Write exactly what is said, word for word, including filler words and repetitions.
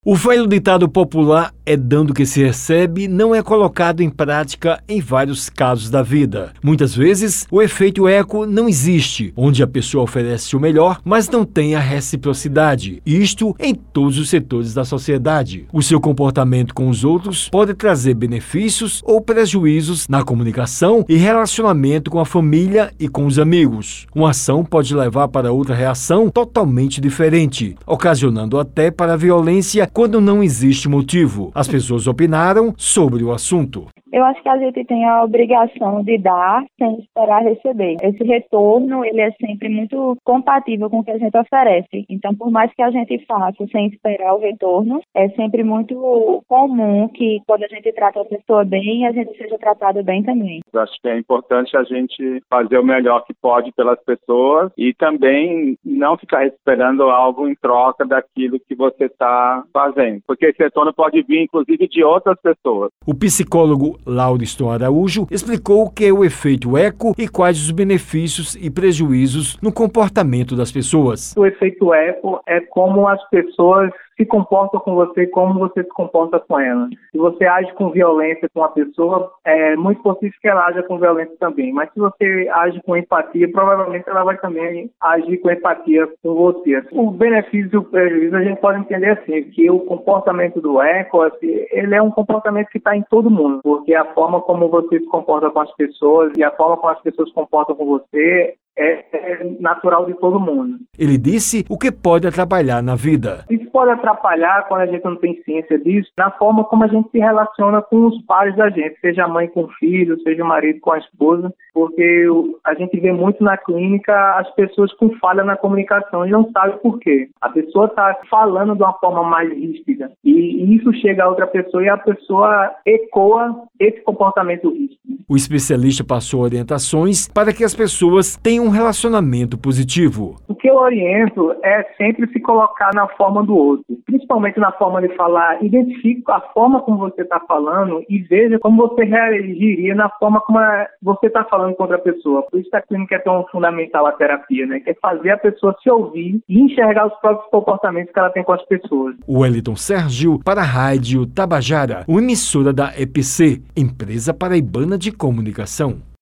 O velho ditado popular é dando que se recebe não é colocado em prática em vários casos da vida. Muitas vezes, o efeito eco não existe, onde a pessoa oferece o melhor, mas não tem a reciprocidade. Isto em todos os setores da sociedade. O seu comportamento com os outros pode trazer benefícios ou prejuízos na comunicação e relacionamento com a família e com os amigos. Uma ação pode levar para outra reação totalmente diferente, ocasionando até para a violência quando não existe motivo. As pessoas opinaram sobre o assunto. Eu acho que a gente tem a obrigação de dar sem esperar receber. Esse retorno, ele é sempre muito compatível com o que a gente oferece. Então, por mais que a gente faça sem esperar o retorno, é sempre muito comum que quando a gente trata a pessoa bem, a gente seja tratado bem também. Eu acho que é importante a gente fazer o melhor que pode pelas pessoas e também não ficar esperando algo em troca daquilo que você está fazendo. Porque esse retorno pode vir, inclusive, de outras pessoas. O psicólogo Lauriston Araújo explicou o que é o efeito eco e quais os benefícios e prejuízos no comportamento das pessoas. O efeito eco é como as pessoas se comportam com você e como você se comporta com ela. Se você age com violência com a pessoa, é muito possível que ela haja com violência também. Mas se você age com empatia, provavelmente ela vai também agir com empatia com você. O benefício e o prejuízo a gente pode entender assim, que o comportamento do eco, assim, ele é um comportamento que está em todo mundo, porque a forma como você se comporta com as pessoas e a forma como as pessoas se comportam com você é, é natural de todo mundo. Ele disse o que pode atrapalhar na vida. Isso pode atrapalhar, quando a gente não tem ciência disso, na forma como a gente se relaciona com os pares da gente, seja a mãe com o filho, seja o marido com a esposa, porque a gente vê muito na clínica as pessoas com falha na comunicação e não sabe por quê. A pessoa está falando de uma forma mais ríspida e isso chega a outra pessoa e a pessoa ecoa esse comportamento ríspido. O especialista passou orientações para que as pessoas tenham um relacionamento positivo. O que eu oriento é sempre se colocar na forma do outro, principalmente na forma de falar. Identifique a forma como você está falando e veja como você reagiria na forma como você está falando com outra pessoa. Por isso que a clínica é tão fundamental, a terapia, né? Que é fazer a pessoa se ouvir e enxergar os próprios comportamentos que ela tem com as pessoas. O Wellington Sérgio para a Rádio Tabajara, uma emissora da E P C, Empresa Paraibana de Comunicação.